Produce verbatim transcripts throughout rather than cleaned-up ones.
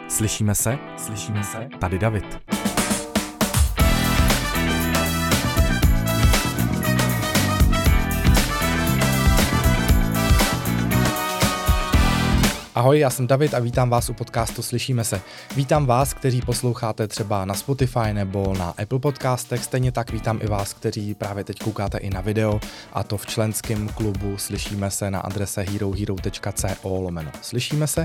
Slyšíme se? Slyšíme se? Tady David. Ahoj, já jsem David a vítám vás u podcastu Slyšíme se. Vítám vás, kteří posloucháte třeba na Spotify nebo na Apple Podcastech, stejně tak vítám i vás, kteří právě teď koukáte i na video, a to v členském klubu Slyšíme se na adrese herohero tečka co lomeno Slyšíme se.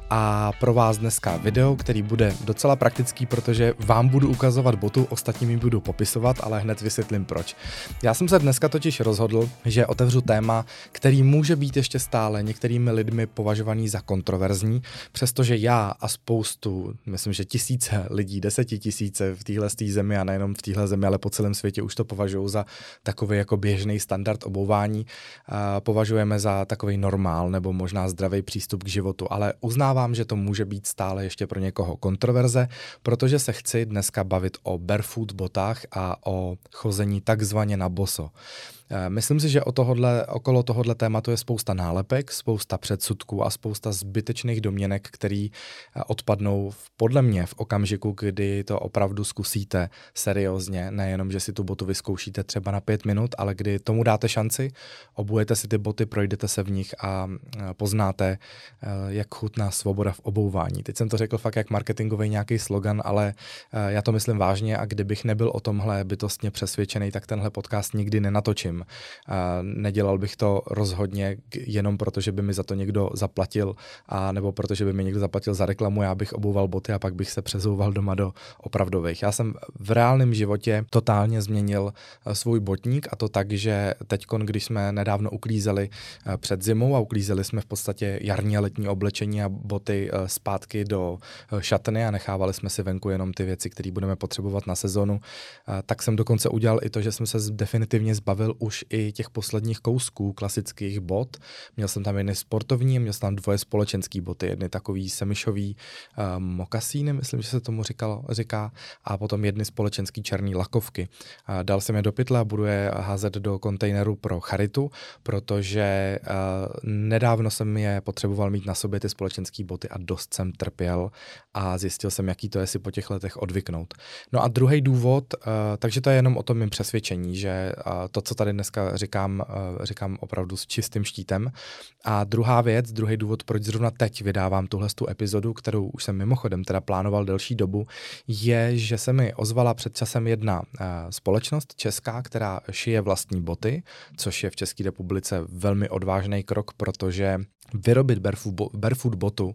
A pro vás dneska video, který bude docela praktický, protože vám budu ukazovat botu, ostatním ji budu popisovat, ale hned vysvětlím proč. Já jsem se dneska totiž rozhodl, že otevřu téma, který může být ještě stále některými lidmi považovaný za kontroverzní, přestože já a spoustu, myslím, že tisíce lidí, desetitisíce v téhle zemi a nejenom v téhle zemi, ale po celém světě už to považují za takový jako běžný standard obouvání. A považujeme za takový normál nebo možná zdravý přístup k životu, ale uznávám, že to může být stále ještě pro někoho kontroverze, protože se chci dneska bavit o barefoot botách a o chození takzvaně na boso. Myslím si, že o tohodle, okolo tohohle tématu je spousta nálepek, spousta předsudků a spousta zbytečných domněnek, který odpadnou v, podle mě v okamžiku, kdy to opravdu zkusíte seriózně, nejenom, že si tu botu vyzkoušíte třeba na pět minut, ale kdy tomu dáte šanci, obujete si ty boty, projdete se v nich a poznáte, jak chutná svoboda v obouvání. Teď jsem to řekl fakt jak marketingový nějaký slogan, ale já to myslím vážně a kdybych nebyl o tomhle bytostně přesvědčený, tak tenhle podcast nikdy nenatočím. A nedělal bych to rozhodně jenom proto, že by mi za to někdo zaplatil, a nebo protože by mi někdo zaplatil za reklamu, já bych obouval boty a pak bych se přezouval doma do opravdových. Já jsem v reálném životě totálně změnil svůj botník, a to tak, že teďkon, když jsme nedávno uklízeli před zimou a uklízeli jsme v podstatě jarní a letní oblečení a boty zpátky do šatny a nechávali jsme si venku jenom ty věci, které budeme potřebovat na sezonu, tak jsem dokonce udělal i to, že jsem se definitivně zbavil už i těch posledních kousků klasických bot. Měl jsem tam jedny sportovní, měl jsem tam dvoje společenský boty, jedny takový semišový uh, mokasíny, myslím, že se tomu říkalo, říká, a potom jedny společenský černý lakovky. Uh, dal jsem je do pytle a budu je házet do kontejneru pro charitu, protože uh, nedávno jsem je potřeboval mít na sobě ty společenský boty a dost jsem trpěl a zjistil jsem, jaký to je si po těch letech odvyknout. No a druhý důvod, uh, takže to je jenom o tom mým přesvědčení, že uh, to, co tady dneska říkám, říkám opravdu s čistým štítem. A druhá věc, druhý důvod, proč zrovna teď vydávám tuhle tu epizodu, kterou už jsem mimochodem teda plánoval delší dobu, je, že se mi ozvala před časem jedna společnost česká, která šije vlastní boty, což je v České republice velmi odvážný krok, protože vyrobit barefoot, barefoot botu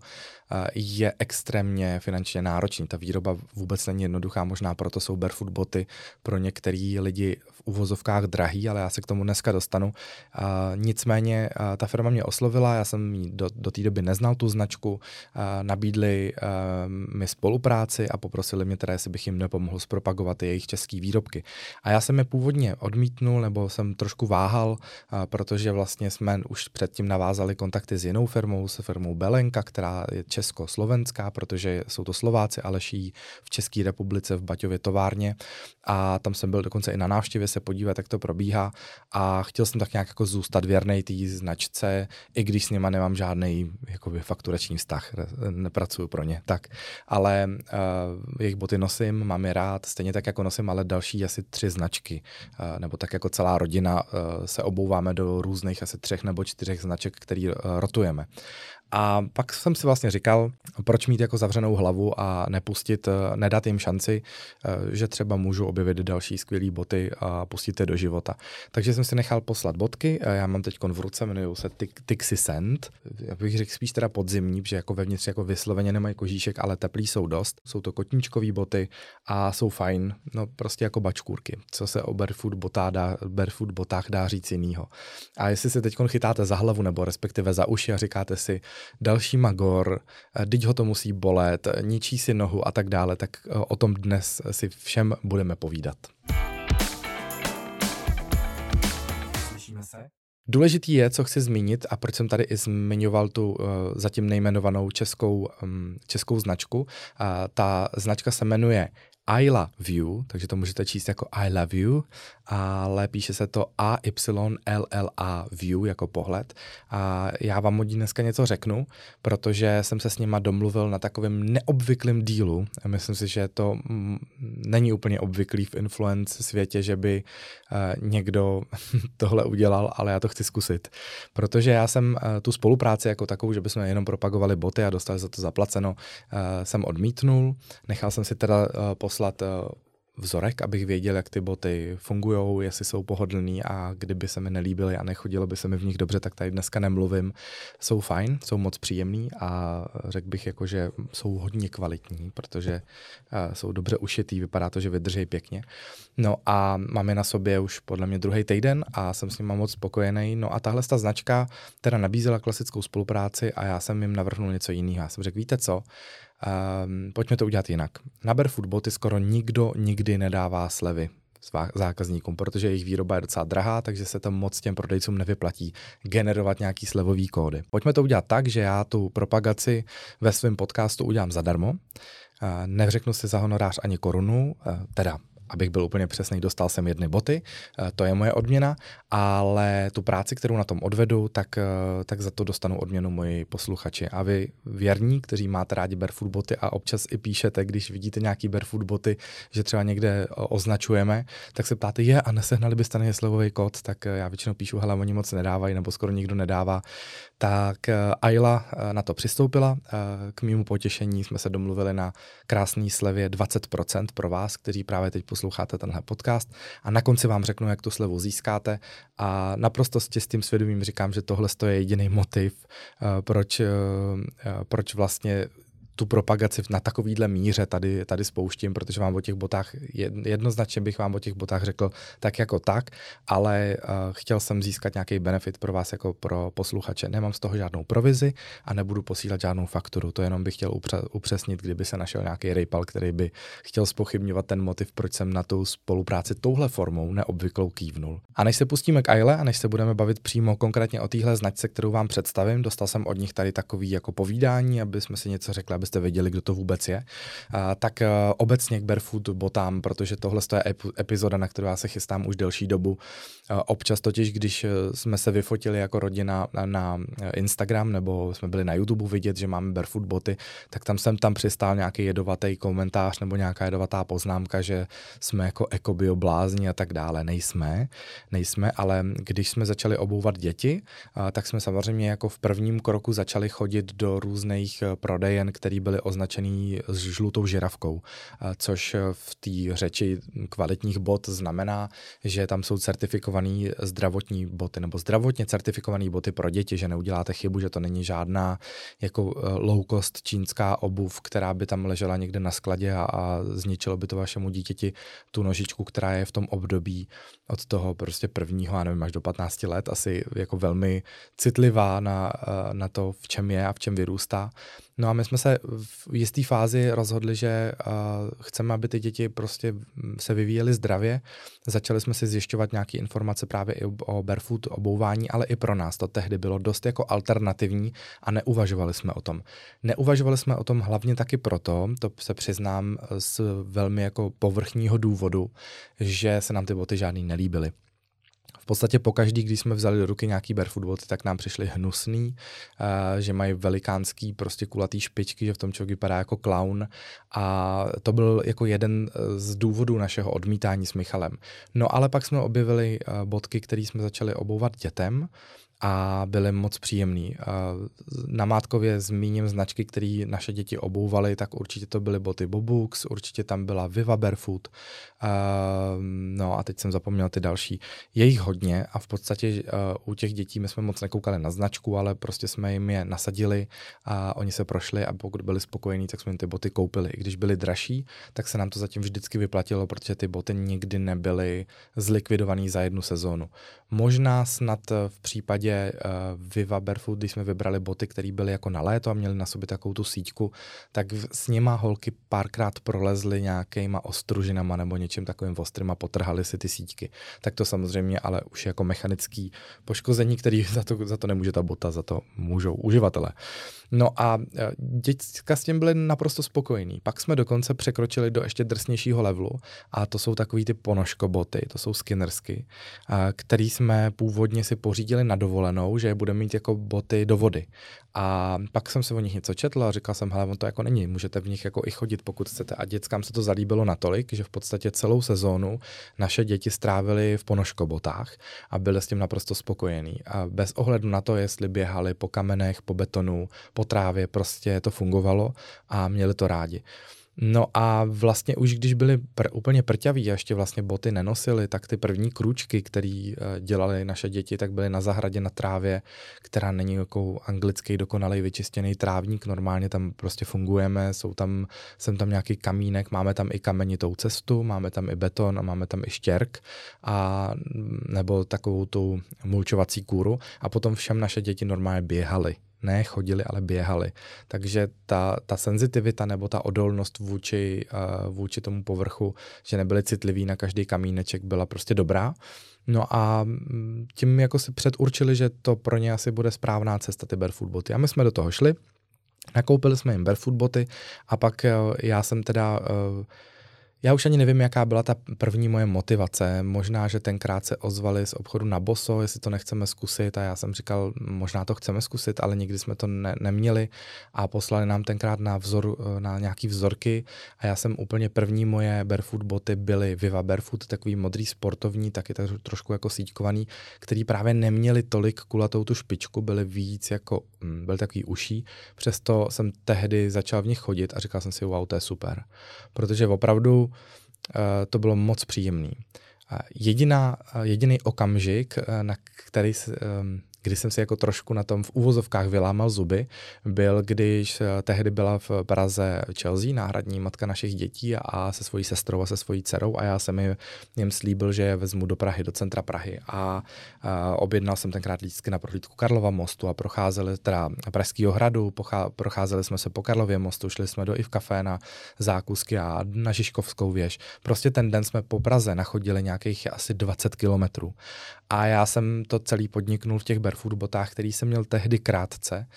je extrémně finančně náročný. Ta výroba vůbec není jednoduchá, možná proto jsou barefoot boty pro některý lidi v uvozovkách drahý, ale já se k tomu dneska dostanu. Nicméně ta firma mě oslovila, já jsem ji do, do té doby neznal tu značku, nabídli mi spolupráci a poprosili mě teda, jestli bych jim nepomohl zpropagovat jejich český výrobky. A já jsem je původně odmítnul, nebo jsem trošku váhal, protože vlastně jsme už předtím navázali kontakty s jinou firmou, s firmou Belenka, která je československá, protože jsou to Slováci, ale šijí v České republice v Baťově továrně, a tam jsem byl dokonce i na návštěvě se podívat, jak to probíhá, a chtěl jsem tak nějak jako zůstat věrnej té značce, i když s nima nemám žádný jakoby fakturační vztah, nepracuju pro ně, tak, ale uh, jejich boty nosím, mám je rád, stejně tak jako nosím, ale další asi tři značky, uh, nebo tak jako celá rodina uh, se obouváme do různých asi třech nebo čtyřech značek, který uh, rotujeme. A pak jsem si vlastně říkal, proč mít jako zavřenou hlavu a nepustit, nedat jim šanci, že třeba můžu objevit další skvělý boty a pustit je do života. Takže jsem si nechal poslat botky, já mám teď v ruce, jmenují se Tixi Sand, já bych řekl spíš teda podzimní, protože jako vevnitř jako vysloveně nemají kožíšek, ale teplý jsou dost, jsou to kotníčkový boty a jsou fajn, no prostě jako bačkůrky, co se o barefoot, botá dá, barefoot botách dá říct jinýho. A jestli se teď chytáte za hlavu nebo respektive za uši a říkáte si, další magor, teď ho to musí bolet, ničí si nohu a tak dále, tak o tom dnes si všem budeme povídat. Slyšíme se? Důležitý je, co chci zmínit a proč jsem tady i zmiňoval tu uh, zatím nejmenovanou českou, um, českou značku. Uh, ta značka se jmenuje I love you, takže to můžete číst jako I love you, ale píše se to A Y L L A view jako pohled. A já vám o ní dneska něco řeknu, protože jsem se s nima domluvil na takovém neobvyklém dílu. Myslím si, že to mm, není úplně obvyklý v influence světě, že by uh, někdo tohle udělal, ale já to chci zkusit. Protože já jsem uh, tu spolupráci jako takovou, že bychom jenom propagovali boty a dostali za to zaplaceno, uh, jsem odmítnul. Nechal jsem si teda uh, poslat uh, vzorek, abych věděl, jak ty boty fungujou, jestli jsou pohodlný a kdyby se mi nelíbily a nechodilo by se mi v nich dobře, tak tady dneska nemluvím. Jsou fajn, jsou moc příjemný a řekl bych, jako, že jsou hodně kvalitní, protože uh, jsou dobře ušitý, vypadá to, že vydrží pěkně. No a mám je na sobě už podle mě druhý týden a jsem s nimi moc spokojený. No a tahle ta značka teda nabízela klasickou spolupráci a já jsem jim navrhnul něco jiného. Já jsem řekl, víte co? Um, pojďme to udělat jinak. Na Barefoot boty skoro nikdo nikdy nedává slevy zákazníkům, protože jejich výroba je docela drahá, takže se to moc těm prodejcům nevyplatí generovat nějaký slevový kódy. Pojďme to udělat tak, že já tu propagaci ve svém podcastu udělám zadarmo. Uh, neřeknu si za honorář ani korunu, uh, teda abych byl úplně přesný, dostal jsem jedny boty, to je moje odměna, ale tu práci, kterou na tom odvedu, tak, tak za to dostanu odměnu moji posluchači. A vy věrní, kteří máte rádi Barefoot boty a občas i píšete, když vidíte nějaký Barefoot boty, že třeba někde označujeme, tak se ptáte, je a nesehnali byste na slevový kód, tak já většinou píšu, hele, oni moc nedávají, nebo skoro nikdo nedává. Tak Ayla na to přistoupila, k mému potěšení jsme se domluvili na krásný slevě dvacet procent pro vás, kteří právě teď posloucháte tenhle podcast a na konci vám řeknu, jak tu slevu získáte a naprosto s čistým svědomím říkám, že tohle je jediný motiv, proč, proč vlastně tu propagaci na takovýhle míře tady, tady spouštím, protože vám o těch botách, jednoznačně bych vám o těch botách řekl tak jako tak, ale uh, chtěl jsem získat nějaký benefit pro vás jako pro posluchače. Nemám z toho žádnou provizi a nebudu posílat žádnou fakturu, to jenom bych chtěl upře- upřesnit, kdyby se našel nějaký rejpal, který by chtěl zpochybňovat ten motiv, proč jsem na tu spolupráci touhle formou neobvyklou kývnul. A než se pustíme k Ayle a než se budeme bavit přímo konkrétně o téhle značce, kterou vám představím, dostal jsem od nich tady takový jako povídání, aby jsme si něco řekli, abyste věděli, kdo to vůbec je. A, tak a, obecně k Barefoot botám, protože tohle je ep- epizoda, na kterou já se chystám už delší dobu. A, občas totiž, když jsme se vyfotili jako rodina na, na Instagram nebo jsme byli na YouTube vidět, že máme Barefoot boty, tak tam jsem tam přistál nějaký jedovatý komentář nebo nějaká jedovatá poznámka, že jsme jako ekobio blázni a tak dále. Nejsme, nejsme, ale když jsme začali obouvat děti, a, tak jsme samozřejmě jako v prvním kroku začali chodit do různých prodejen, který byly označený s žlutou žiravkou, což v té řeči kvalitních bot znamená, že tam jsou certifikované zdravotní boty nebo zdravotně certifikované boty pro děti, že neuděláte chybu, že to není žádná jako low cost čínská obuv, která by tam ležela někde na skladě a, a zničilo by to vašemu dítěti tu nožičku, která je v tom období od toho prostě prvního, já nevím, až do patnácti let, asi jako velmi citlivá na, na to, v čem je a v čem vyrůstá. No a my jsme se v jisté fázi rozhodli, že uh, chceme, aby ty děti prostě se vyvíjely zdravě. Začali jsme si zjišťovat nějaké informace právě i o Barefoot obouvání, ale i pro nás to tehdy bylo dost jako alternativní a neuvažovali jsme o tom. Neuvažovali jsme o tom hlavně taky proto, to se přiznám z velmi jako povrchního důvodu, že se nám ty boty žádný nelíbily. V podstatě pokaždý, když jsme vzali do ruky nějaký Barefoot boty, tak nám přišly hnusný, uh, že mají velikánský prostě kulatý špičky, že v tom člověk vypadá jako klaun a to byl jako jeden z důvodů našeho odmítání s Michalem. No ale pak jsme objevili uh, botky, které jsme začali obouvat dětem a byly moc příjemný. Na Mátkově zmíním značky, které naše děti obouvaly, tak určitě to byly boty Bobux, určitě tam byla Viva Barefoot, no a teď jsem zapomněl ty další. Je jich hodně a v podstatě u těch dětí my jsme moc nekoukali na značku, ale prostě jsme jim je nasadili a oni se prošli a pokud byli spokojení, tak jsme jim ty boty koupili. I když byly dražší, tak se nám to zatím vždycky vyplatilo, protože ty boty nikdy nebyly zlikvidovaný za jednu sezónu. Možná snad v případě případě uh, Viva Barefoot, když jsme vybrali boty, které byly jako na léto a měly na sobě takovou tu síťku, tak v, s nima holky párkrát prolezly nějakýma ostružinama nebo něčím takovým ostrým a potrhali si ty síťky. Tak to samozřejmě ale už jako mechanický poškození, který za to, za to nemůže ta bota, za to můžou uživatelé. No a děcka s tím byly naprosto spokojení. Pak jsme dokonce překročili do ještě drsnějšího levelu a to jsou takový ty ponožkoboty, to jsou skinnersky, který jsme původně si pořídili na dovolenou, že je budeme mít jako boty do vody. A pak jsem se o nich něco četl a říkal jsem, hele, on to jako není, můžete v nich jako i chodit, pokud chcete. A dětskám se to zalíbilo natolik, že v podstatě celou sezónu naše děti strávily v ponožkobotách a byly s tím naprosto spokojení. A bez ohledu na to, jestli běhali po kamenech, po betonu, po trávě, prostě to fungovalo a měli to rádi. No a vlastně už když byli pr- úplně prťaví a ještě vlastně boty nenosili, tak ty první krůčky, které dělali naše děti, tak byly na zahradě na trávě, která není jako anglický dokonalý vyčistěný trávník, normálně tam prostě fungujeme, jsou tam, jsem tam nějaký kamínek, máme tam i kamenitou cestu, máme tam i beton a máme tam i štěrk a nebo takovou tu mulčovací kůru a potom všem naše děti normálně běhaly. Ne chodili, ale běhali. Takže ta, ta senzitivita nebo ta odolnost vůči, uh, vůči tomu povrchu, že nebyli citliví na každý kamíneček, byla prostě dobrá. No a tím jako si předurčili, že to pro ně asi bude správná cesta, ty barefoot boty. A my jsme do toho šli, nakoupili jsme jim barefoot boty a pak uh, já jsem teda... Uh, Já už ani nevím, jaká byla ta první moje motivace. Možná, že tenkrát se ozvali z obchodu na boso, jestli to nechceme zkusit a já jsem říkal, možná to chceme zkusit, ale nikdy jsme to ne- neměli a poslali nám tenkrát na, vzor, na nějaký vzorky a já jsem úplně první moje barefoot boty byly Viva Barefoot, takový modrý sportovní, taky tak trošku jako síťkovaný, který právě neměli tolik kulatou tu špičku, byly víc jako, byly takový uší, přesto jsem tehdy začal v nich chodit a říkal jsem si, wow, to je super, protože opravdu to bylo moc příjemný. Jediná, jediný okamžik, na který, kdy jsem si jako trošku na tom v uvozovkách vylámal zuby, byl, když tehdy byla v Praze Chelsea, náhradní matka našich dětí a se svojí sestrou a se svojí dcerou a já jsem jim slíbil, že je vezmu do Prahy, do centra Prahy a, a objednal jsem tenkrát lístky na prohlídku Karlova mostu a procházeli teda Pražského hradu, pochá, procházeli jsme se po Karlově mostu, šli jsme do I V Café na zákusky a na Žižkovskou věž. Prostě ten den jsme po Praze nachodili nějakých asi dvacet kilometrů. A já jsem to celý podniknul v těch barefoot botách, který jsem měl tehdy krátce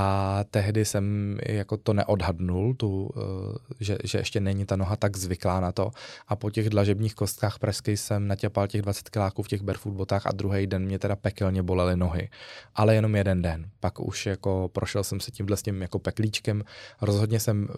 a tehdy jsem jako to neodhadnul, tu, že, že ještě není ta noha tak zvyklá na to a po těch dlažebních kostkách pražských jsem natěpal těch dvacet kiláků v těch barefoot botách a druhý den mě teda pekelně bolely nohy. Ale jenom jeden den. Pak už jako prošel jsem se tímhle s tím jako peklíčkem. Rozhodně jsem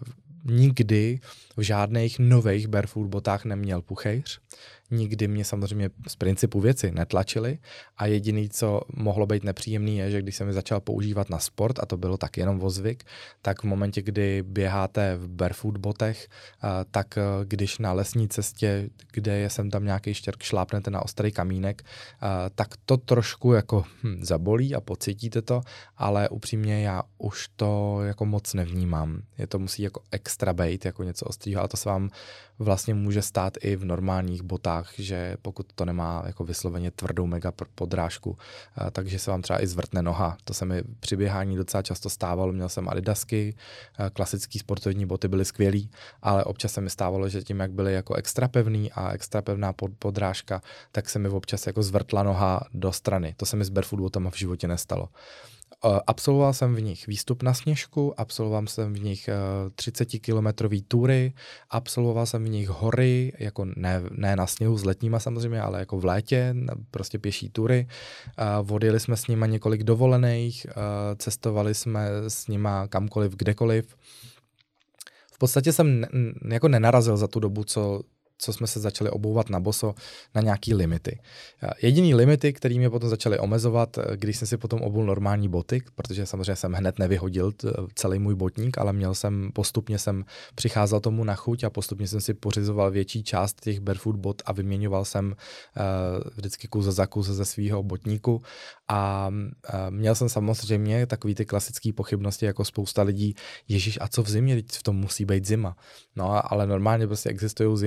nikdy v žádných nových barefoot botách neměl puchejř. Nikdy mě samozřejmě z principu věci netlačili a jediný, co mohlo být nepříjemný, je, že když jsem je začal používat na sport, a to bylo tak jenom o zvyk, tak v momentě, kdy běháte v barefoot botech, tak když na lesní cestě, kde je sem tam nějaký štěrk, šlápnete na ostrý kamínek, tak to trošku jako hm, zabolí a pocítíte to, ale upřímně já už to jako moc nevnímám. Je to musí jako extra bejt, jako něco ostrýho, ale to se vám vlastně může stát i v normálních botách, že pokud to nemá jako vysloveně tvrdou mega podrážku, takže se vám třeba i zvrtne noha. To se mi při běhání docela často stávalo. Měl jsem Adidasky, klasický sportovní boty byly skvělý, ale občas se mi stávalo, že tím, jak byly jako extra pevný a extra pevná podrážka, tak se mi občas jako zvrtla noha do strany. To se mi s barefoot botama v životě nestalo. Absolvoval jsem v nich výstup na Sněžku, absolvoval jsem v nich třicetikilometrový tury, absolvoval jsem v nich hory, jako ne, ne na sněhu s letníma samozřejmě, ale jako v létě, prostě pěší tury. Odjeli jsme s nima několik dovolených, cestovali jsme s nima kamkoliv, kdekoliv. V podstatě jsem jako nenarazil za tu dobu, co co jsme se začali obouvat na boso, na nějaký limity. Jediný limity, který mě potom začaly omezovat, když jsem si potom obul normální boty, protože samozřejmě jsem hned nevyhodil celý můj botník, ale měl jsem, postupně jsem přicházel tomu na chuť a postupně jsem si pořizoval větší část těch barefoot bot a vyměňoval jsem uh, vždycky kus za kus ze svého botníku a uh, měl jsem samozřejmě takový ty klasické pochybnosti, jako spousta lidí, ježiš, a co v zimě, v tom musí být zima. No, ale normálně prostě existují zimní barefoot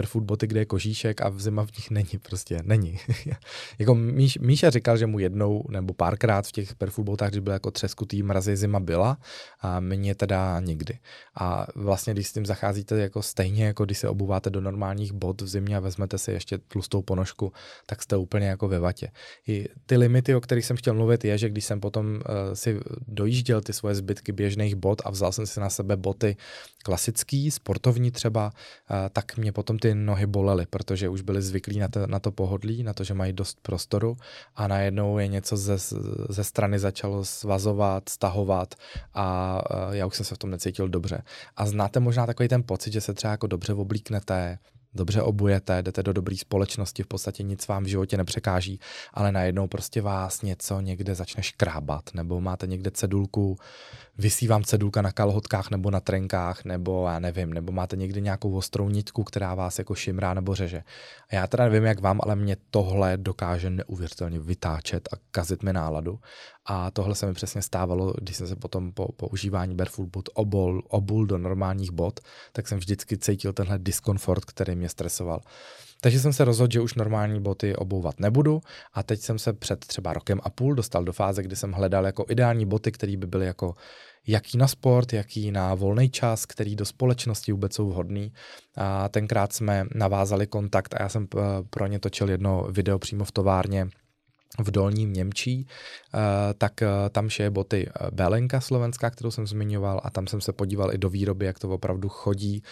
barefoot boty, kde je kožíšek a v zima v nich není, prostě není. Jako Míš, Míša říkal, že mu jednou nebo párkrát v těch barefoot botách, když byl jako třeskutý mrazy, zima byla, a mně teda nikdy. A vlastně, když s tím zacházíte jako stejně, jako když se obuváte do normálních bot v zimě a vezmete si ještě tlustou ponožku, tak jste úplně jako ve vatě. I ty limity, o kterých jsem chtěl mluvit, je, že když jsem potom uh, si dojížděl ty svoje zbytky běžných bot a vzal jsem si na sebe boty klasický, sportovní třeba, uh, tak mě potom ty nohy bolely, protože už byli zvyklí na to, na to pohodlí, na to, že mají dost prostoru a najednou je něco ze, ze strany začalo svazovat, stahovat a uh, já už jsem se v tom necítil dobře. A znáte možná takový ten pocit, že se třeba jako dobře oblíknete, dobře obujete, jdete do dobré společnosti, v podstatě nic vám v životě nepřekáží, ale najednou prostě vás něco někde začne škrábat, nebo máte někde cedulku, visí vám cedulka na kalhotkách nebo na trenkách, nebo já nevím, nebo máte někde nějakou ostrou nitku, která vás jako šimrá nebo řeže. A já teda nevím, jak vám, ale mě tohle dokáže neuvěřitelně vytáčet a kazit mi náladu. A tohle se mi přesně stávalo, když jsem se potom po používání barefoot bot obul, obul do normálních bot, tak jsem vždycky cítil tenhle diskomfort, který mě stresoval. Takže jsem se rozhodl, že už normální boty obouvat nebudu a teď jsem se před třeba rokem a půl dostal do fáze, kdy jsem hledal jako ideální boty, které by byly jako jaký na sport, jaký na volný čas, který do společnosti vůbec jsou vhodný. A tenkrát jsme navázali kontakt a já jsem pro ně točil jedno video přímo v továrně v Dolním Němčí, tak tam šije boty Belenka slovenská, kterou jsem zmiňoval a tam jsem se podíval i do výroby, jak to opravdu chodí,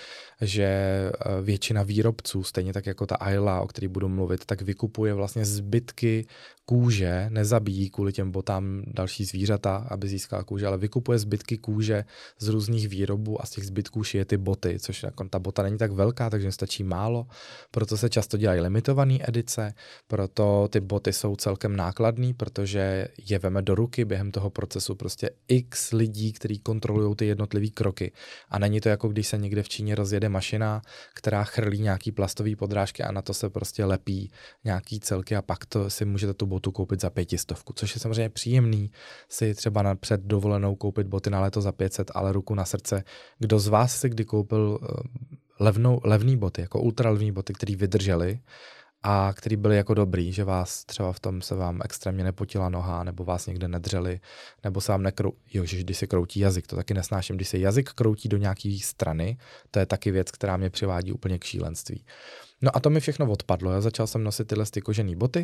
že většina výrobců, stejně tak jako ta Ayla, o který budu mluvit, tak vykupuje vlastně zbytky kůže, nezabíjí kvůli těm botám další zvířata, aby získala kůže, ale vykupuje zbytky kůže z různých výrobů a z těch zbytků šije ty boty, což jako ta bota není tak velká, takže stačí málo, proto se často dělají limitované edice, proto ty boty jsou celkem nákladný, protože je veme do ruky během toho procesu prostě x lidí, kteří kontrolují ty jednotlivé kroky. A není to jako když se někde v Číně rozjede mašina, která chrlí nějaký plastový podrážky a na to se prostě lepí nějaký celky a pak to si můžete tu botu koupit za pětistovku, což je samozřejmě příjemný si třeba na před dovolenou koupit boty na léto za pět set, ale ruku na srdce. Kdo z vás si kdy koupil levnou, levný boty, jako ultralevný boty, které vydržely a který byly jako dobrý, že vás třeba v tom se vám extrémně nepotila noha, nebo vás někde nedřeli, nebo se vám nekrou... Jo, že když se kroutí jazyk, to taky nesnáším. Když se jazyk kroutí do nějaké strany, to je taky věc, která mě přivádí úplně k šílenství. No a to mi všechno odpadlo. Já začal jsem nosit tyhle ty kožený boty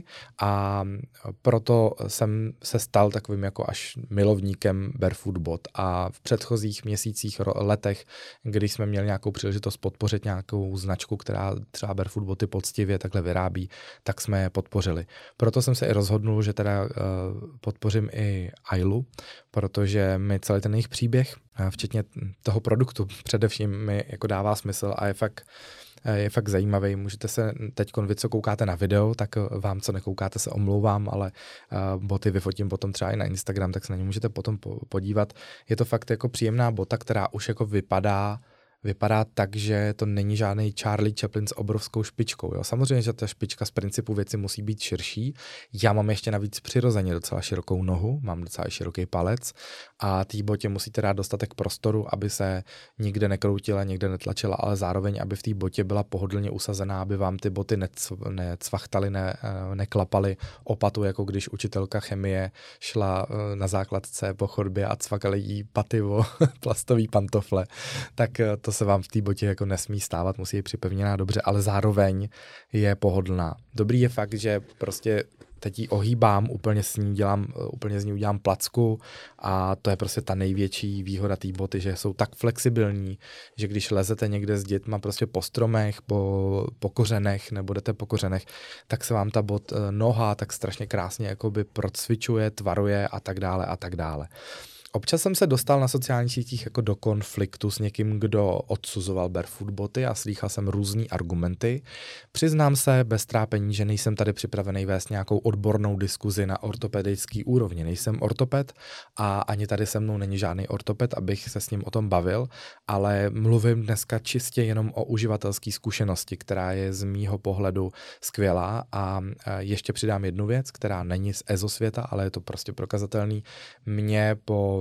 a proto jsem se stal takovým jako až milovníkem barefoot bot a v předchozích měsících, letech, když jsme měli nějakou příležitost podpořit nějakou značku, která třeba barefoot boty poctivě takhle vyrábí, tak jsme je podpořili. Proto jsem se i rozhodnul, že teda uh, podpořím i Aylu, protože mi celý ten jejich příběh, včetně toho produktu, především mi jako dává smysl a je fakt je fakt zajímavý. Můžete se teď, vy co koukáte na video, tak vám, co nekoukáte, se omlouvám, ale uh, boty vyfotím potom třeba i na Instagram, tak se na ně můžete potom podívat. Je to fakt jako příjemná bota, která už jako vypadá Vypadá tak, že to není žádný Charlie Chaplin s obrovskou špičkou. Jo? Samozřejmě, že ta špička z principu věci musí být širší. Já mám ještě navíc přirozeně docela širokou nohu, mám docela široký palec a té botě musíte dát dostatek prostoru, aby se nikde nekroutila, nikde netlačila, ale zároveň, aby v té botě byla pohodlně usazená, aby vám ty boty necvachtaly, ne, neklapaly opatu, jako když učitelka chemie šla na základce po chodbě a cvakaly jí paty o plastový pantofle. Tak to se vám v té botě jako nesmí stávat, musí být připevněná dobře, ale zároveň je pohodlná. Dobrý je fakt, že prostě teď ji ohýbám, úplně s ní dělám, úplně z ní udělám placku a to je prostě ta největší výhoda té boty, že jsou tak flexibilní, že když lezete někde s dětma prostě po stromech, po, po kořenech, nebo jdete po kořenech, tak se vám ta bot noha tak strašně krásně jakoby procvičuje, tvaruje a tak dále a tak dále. Občas jsem se dostal na sociálních sítích jako do konfliktu s někým, kdo odsuzoval barefoot boty a slýchal jsem různý argumenty. Přiznám se bez trápení, že nejsem tady připravený vést nějakou odbornou diskuzi na ortopedický úrovni. Nejsem ortoped a ani tady se mnou není žádný ortoped, abych se s ním o tom bavil, ale mluvím dneska čistě jenom o uživatelské zkušenosti, která je z mýho pohledu skvělá a ještě přidám jednu věc, která není z ezosvěta, ale je to prostě prokazatelný. Mě po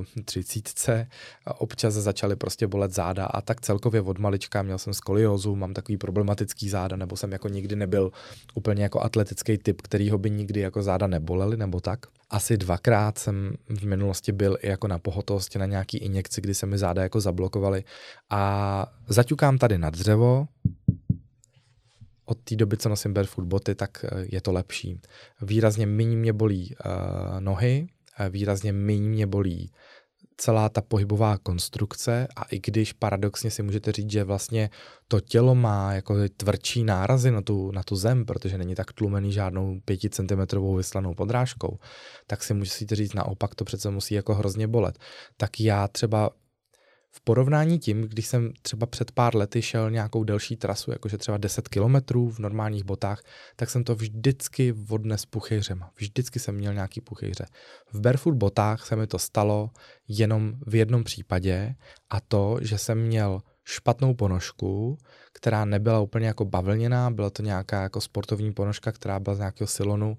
po třicítce občas začaly prostě bolet záda a tak celkově od malička měl jsem skoliózu, mám takový problematický záda, nebo jsem jako nikdy nebyl úplně jako atletický typ, kterýho by nikdy jako záda nebolely nebo tak. Asi dvakrát jsem v minulosti byl i jako na pohotovosti na nějaký injekci, kdy se mi záda jako zablokovaly a zaťukám tady na dřevo. Od té doby, co nosím barefoot boty, tak je to lepší. Výrazně méně mě bolí uh, nohy, výrazně méně mě bolí celá ta pohybová konstrukce a i když paradoxně si můžete říct, že vlastně to tělo má jako tvrdší nárazy na tu, na tu zem, protože není tak tlumený žádnou pěticentimetrovou vyslanou podrážkou, tak si můžete říct naopak, to přece musí jako hrozně bolet. Tak já třeba v porovnání tím, když jsem třeba před pár lety šel nějakou delší trasu, jakože třeba deset kilometrů v normálních botách, tak jsem to vždycky odnes puchejřema. Vždycky jsem měl nějaký puchejře. V barefoot botách se mi to stalo jenom v jednom případě a to, že jsem měl špatnou ponožku, která nebyla úplně jako bavlněná, byla to nějaká jako sportovní ponožka, která byla z nějakého silonu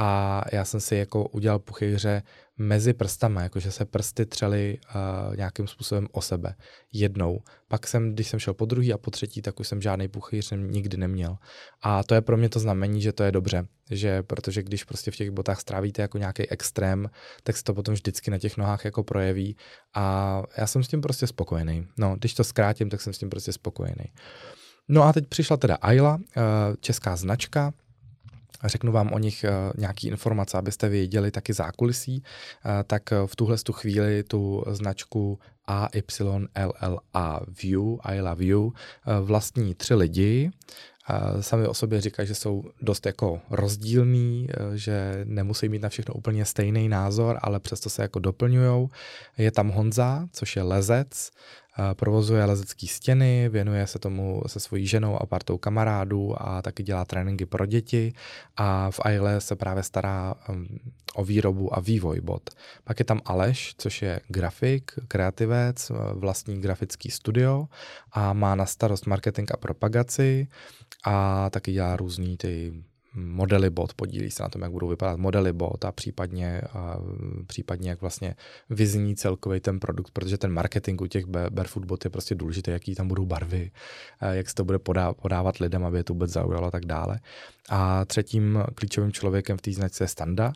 a já jsem si jako udělal puchejře mezi prstama, jakože se prsty třely uh, nějakým způsobem o sebe. Jednou. Pak jsem, když jsem šel po druhý a po třetí, tak už jsem žádný puchejř nikdy neměl. A to je pro mě to znamení, že to je dobře, že protože když prostě v těch botách strávíte jako nějaký extrém, tak se to potom vždycky na těch nohách jako projeví a já jsem s tím prostě spokojený. No, když to zkrátím, tak jsem s tím prostě spokojený. No a teď přišla teda Ayla, česká značka. Řeknu vám o nich nějaký informace, abyste věděli taky zákulisí. Tak v tuhle tu chvíli tu značku A Y L L A View, Ayla View, vlastní tři lidi. Sami o sobě říkají, že jsou dost jako rozdílný, že nemusí mít na všechno úplně stejný názor, ale přesto se jako doplňujou. Je tam Honza, což je lezec, provozuje lezecké stěny, věnuje se tomu se svojí ženou a partou kamarádů a taky dělá tréninky pro děti a v Ayle se právě stará o výrobu a vývoj bot. Pak je tam Aleš, což je grafik, kreativec, vlastní grafický studio a má na starost marketing a propagaci a taky dělá různý ty modely bot, podílí se na tom, jak budou vypadat modely bot a případně, a případně jak vlastně vyzní celkový ten produkt, protože ten marketing u těch barefoot bot je prostě důležitý, jaký tam budou barvy, jak se to bude podá, podávat lidem, aby je to vůbec zaujalo a tak dále. A třetím klíčovým člověkem v té značce je Standa,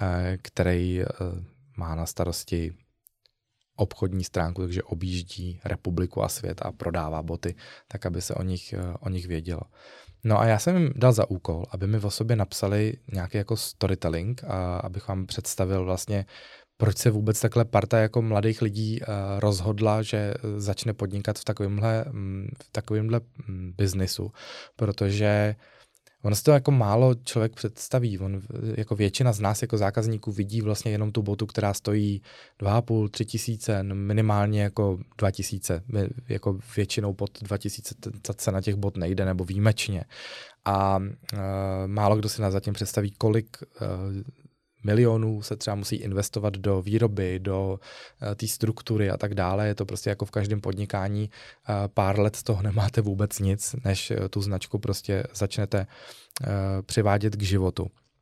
který má na starosti obchodní stránku, takže objíždí republiku a svět a prodává boty, tak aby se o nich, o nich vědělo. No a já jsem jim dal za úkol, aby mi o sobě napsali nějaký jako storytelling, a abych vám představil vlastně, proč se vůbec takhle parta jako mladých lidí rozhodla, že začne podnikat v takovémhle, v takovémhle biznisu, protože ono se to jako málo člověk představí. On, jako většina z nás jako zákazníků vidí vlastně jenom tu botu, která stojí dva a půl, tři tisíce, minimálně jako dva tisíce. Jako většinou pod dva tisíce ta cena těch bot nejde, nebo výjimečně. A e, málo kdo si nás zatím představí, kolik e, milionů se třeba musí investovat do výroby, do uh, té struktury a tak dále. Je to prostě jako v každém podnikání. Uh, pár let z toho nemáte vůbec nic, než uh, tu značku prostě začnete uh, přivádět k životu.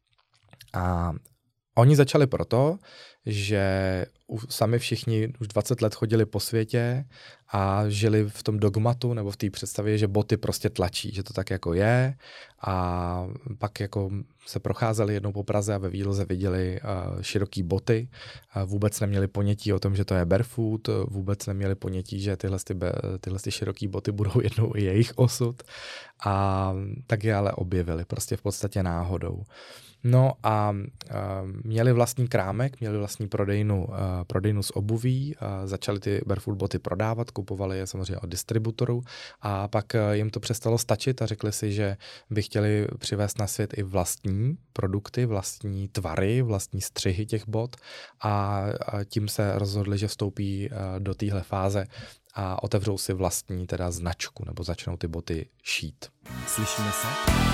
A oni začali proto, že sami všichni už dvacet let chodili po světě a žili v tom dogmatu nebo v té představě, že boty prostě tlačí, že to tak jako je a pak jako se procházeli jednou po Praze a ve výloze viděli uh, široký boty, uh, vůbec neměli ponětí o tom, že to je barefoot, vůbec neměli ponětí, že tyhle, ty, tyhle ty široký boty budou jednou i jejich osud a tak je ale objevili prostě v podstatě náhodou. No a uh, měli vlastní krámek, měli vlastní prodejnu, uh, prodejnu z obuví, uh, začali ty barefoot boty prodávat, kupovali je samozřejmě od distributorů a pak uh, jim to přestalo stačit a řekli si, že by chtěli přivést na svět i vlastní produkty, vlastní tvary, vlastní střihy těch bot a, a tím se rozhodli, že vstoupí uh, do téhle fáze a otevřou si vlastní teda značku nebo začnou ty boty šít. Slyšíme se?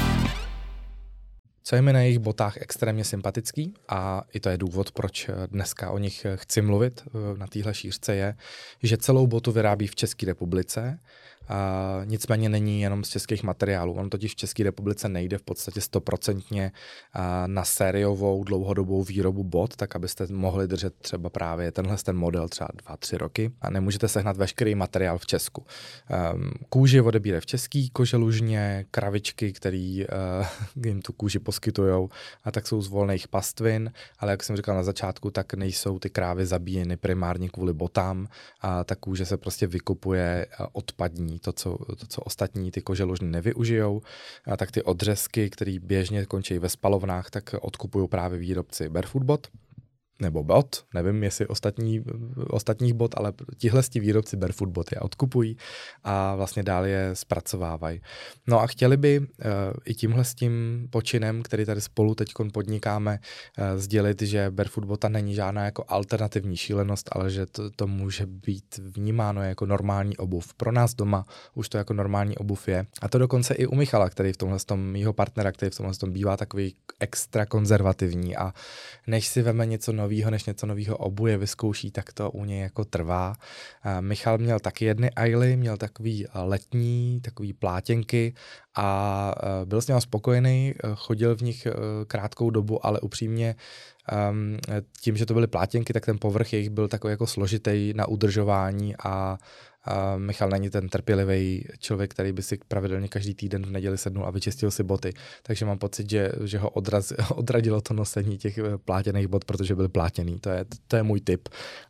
Co je mi na jejich botách extrémně sympatický a i to je důvod, proč dneska o nich chci mluvit na téhle šířce je, že celou botu vyrábí v České republice Uh, nicméně není jenom z českých materiálů. On totiž v České republice nejde v podstatě stoprocentně uh, na sériovou dlouhodobou výrobu bot, tak abyste mohli držet třeba právě tenhle ten model třeba dva, tři roky a nemůžete sehnat veškerý materiál v Česku. Um, kůži odebírají v český koželužně, kravičky, který uh, jim tu kůži poskytujou, a tak jsou z volných pastvin, ale jak jsem říkal na začátku, tak nejsou ty krávy zabíjeny primárně kvůli botám, a ta kůže se prostě vykupuje odpadní, to, co, to, co ostatní ty koželužny nevyužijou, a tak ty odřezky, které běžně končí ve spalovnách, tak odkupují právě výrobci Barefoot Bot, nebo bot, nevím, jestli ostatní, ostatních bot, ale tihlesti výrobci Barefoot Bot je odkupují a vlastně dál je zpracovávají. No a chtěli by uh, i tímhle s tím počinem, který tady spolu teď podnikáme, uh, sdělit, že Barefoot Bota není žádná jako alternativní šílenost, ale že to, to může být vnímáno jako normální obuv. Pro nás doma už to jako normální obuv je. A to dokonce i u Michala, který v tomhle tom, mýho partnera, který v tomhle tom bývá takový extra konzervativní, a než si veme něco nového, než něco nového obuje, vyzkouší, tak to u něj jako trvá. Michal měl taky jedny Aily, měl takový letní, takový plátěnky a byl s ním spokojený, chodil v nich krátkou dobu, ale upřímně tím, že to byly plátěnky, tak ten povrch jejich byl takový jako složitý na udržování a A Michal není ten trpělivý člověk, který by si pravidelně každý týden v neděli sednul a vyčistil si boty. Takže mám pocit, že, že ho odraz, odradilo to nosení těch plátěných bot, protože byly plátěný. To je, to je můj tip.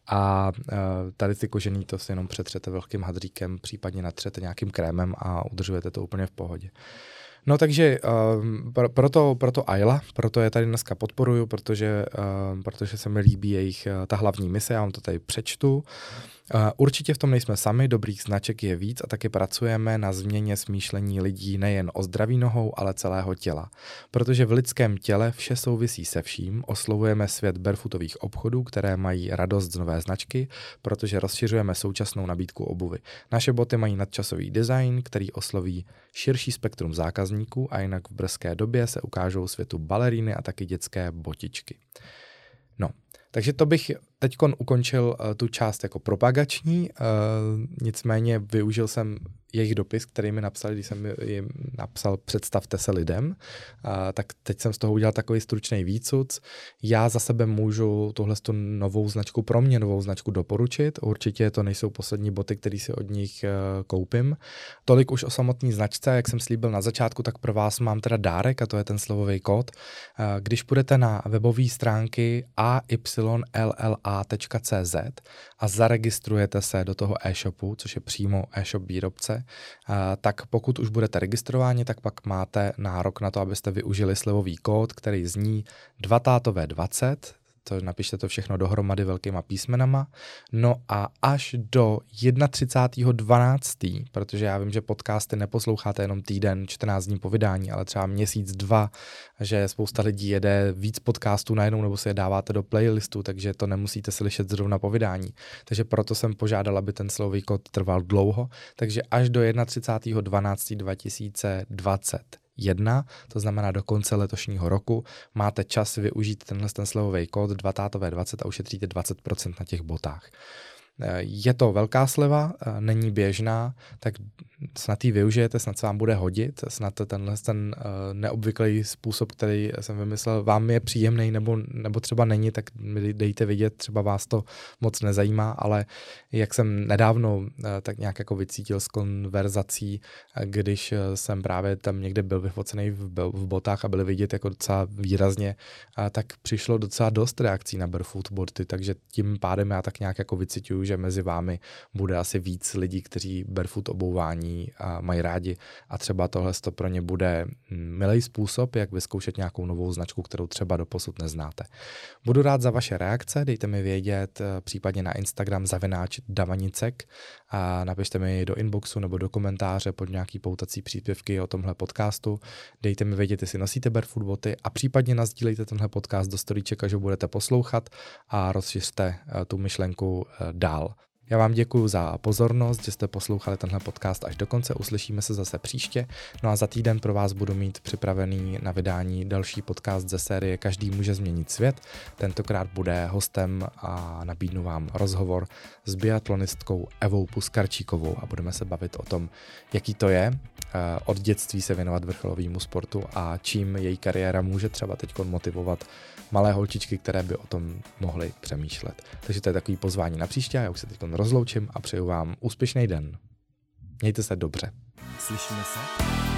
A tady ty kožený to si jenom přetřete velkým hadříkem, případně natřete nějakým krémem a udržujete to úplně v pohodě. No takže uh, pro, proto, proto Ayla, proto je tady dneska podporuju, protože, uh, protože se mi líbí jejich uh, ta hlavní mise, já vám to tady přečtu. Uh, určitě v tom nejsme sami, dobrých značek je víc a taky pracujeme na změně smýšlení lidí nejen o zdraví nohou, ale celého těla. Protože v lidském těle vše souvisí se vším, oslovujeme svět barefootových obchodů, které mají radost z nové značky, protože rozšiřujeme současnou nabídku obuvy. Naše boty mají nadčasový design, který osloví širší spektrum zákazníků a jinak v brzké době se ukážou světu baleríny a taky dětské botičky. No, takže to bych teďkon ukončil uh, tu část jako propagační, uh, nicméně využil jsem jejich dopis, který mi napsali, když jsem jim napsal představte se lidem, uh, tak teď jsem z toho udělal takový stručný výcuc. Já za sebe můžu tuhle novou značku, pro mě novou značku doporučit, určitě to nejsou poslední boty, které si od nich uh, koupím. Tolik už o samotné značce, jak jsem slíbil na začátku, tak pro vás mám teda dárek a to je ten slovový kód. Uh, když půjdete na webové stránky a y l l a tečka c z a zaregistrujete se do toho e-shopu, což je přímo e-shop výrobce, tak pokud už budete registrováni, tak pak máte nárok na to, abyste využili slevový kód, který zní dva tátové dvacet, to napište to všechno dohromady velkýma písmenama, no a až do třicátého prvního dvanáctého protože já vím, že podcasty neposloucháte jenom týden, čtrnáct dní po vydání, ale třeba měsíc, dva, že spousta lidí jede víc podcastů najednou, nebo si je dáváte do playlistu, takže to nemusíte slyšet zrovna po vydání. Takže proto jsem požádal, aby ten slový kód trval dlouho, takže až do třicátého prvního dvanáctého dva tisíce dvacet jedna, to znamená do konce letošního roku, máte čas využít tenhle ten slevový kód dva tátové dvacet a ušetříte dvacet procent na těch botách. Je to velká sleva, není běžná, tak snad ji využijete, snad se vám bude hodit, snad tenhle ten neobvyklý způsob, který jsem vymyslel, vám je příjemný nebo, nebo třeba není, tak mi dejte vidět, třeba vás to moc nezajímá, ale jak jsem nedávno tak nějak jako vycítil z konverzací, když jsem právě tam někde byl vyfocený v, v botách a byli vidět jako docela výrazně, tak přišlo docela dost reakcí na Barefoot boty, takže tím pádem já tak nějak jako vycítuju, že mezi vámi bude asi víc lidí, kteří barefoot obouvání a mají rádi a třeba tohle to pro ně bude milý způsob, jak vyzkoušet nějakou novou značku, kterou třeba doposud neznáte. Budu rád za vaše reakce, dejte mi vědět případně na Instagram zavináč Davanicek a napište mi do inboxu nebo do komentáře pod nějaký poutací příspěvky o tomhle podcastu. Dejte mi vědět, jestli nosíte barefoot boty a případně nasdílejte tenhle podcast do storyčeka, že budete poslouchat a rozšiřte tu myšlenku dál. Já vám děkuji za pozornost, že jste poslouchali tenhle podcast až do konce. Uslyšíme se zase příště. No a za týden pro vás budu mít připravený na vydání další podcast ze série Každý může změnit svět. Tentokrát bude hostem a nabídnu vám rozhovor s biatlonistkou Evou Puskarčíkovou a budeme se bavit o tom, jaký to je od dětství se věnovat vrcholovému sportu a čím její kariéra může třeba teď motivovat malé holčičky, které by o tom mohly přemýšlet. Takže to je takový pozvání na příště a já už se teď rozloučím a přeju vám úspěšný den. Mějte se dobře. Slyšíme se?